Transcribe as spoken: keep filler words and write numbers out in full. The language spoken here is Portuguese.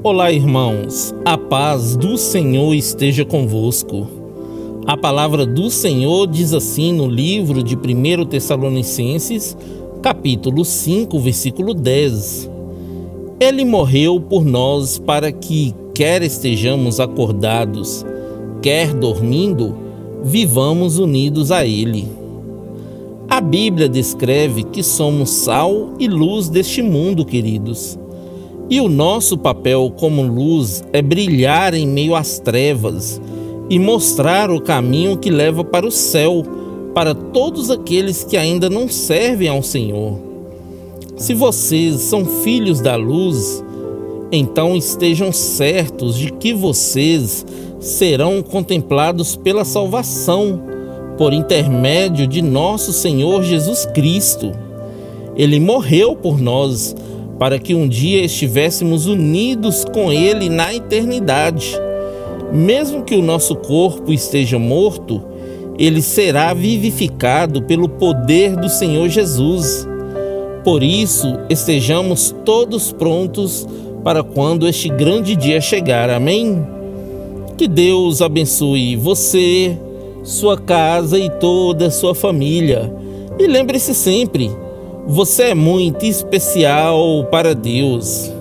Olá, irmãos, a paz do Senhor esteja convosco. A palavra do Senhor diz assim no livro de primeiro Tessalonicenses, capítulo cinco, versículo dez. Ele morreu por nós para que, quer estejamos acordados, quer dormindo, vivamos unidos a Ele. A Bíblia descreve que somos sal e luz deste mundo, queridos. E o nosso papel como luz é brilhar em meio às trevas e mostrar o caminho que leva para o céu, para todos aqueles que ainda não servem ao Senhor. Se vocês são filhos da luz, então estejam certos de que vocês serão contemplados pela salvação, por intermédio de nosso Senhor Jesus Cristo. Ele morreu por nós, para que um dia estivéssemos unidos com Ele na eternidade. Mesmo que o nosso corpo esteja morto, ele será vivificado pelo poder do Senhor Jesus. Por isso, estejamos todos prontos para quando este grande dia chegar. Amém? Que Deus abençoe você, sua casa e toda a sua família. E lembre-se sempre, você é muito especial para Deus.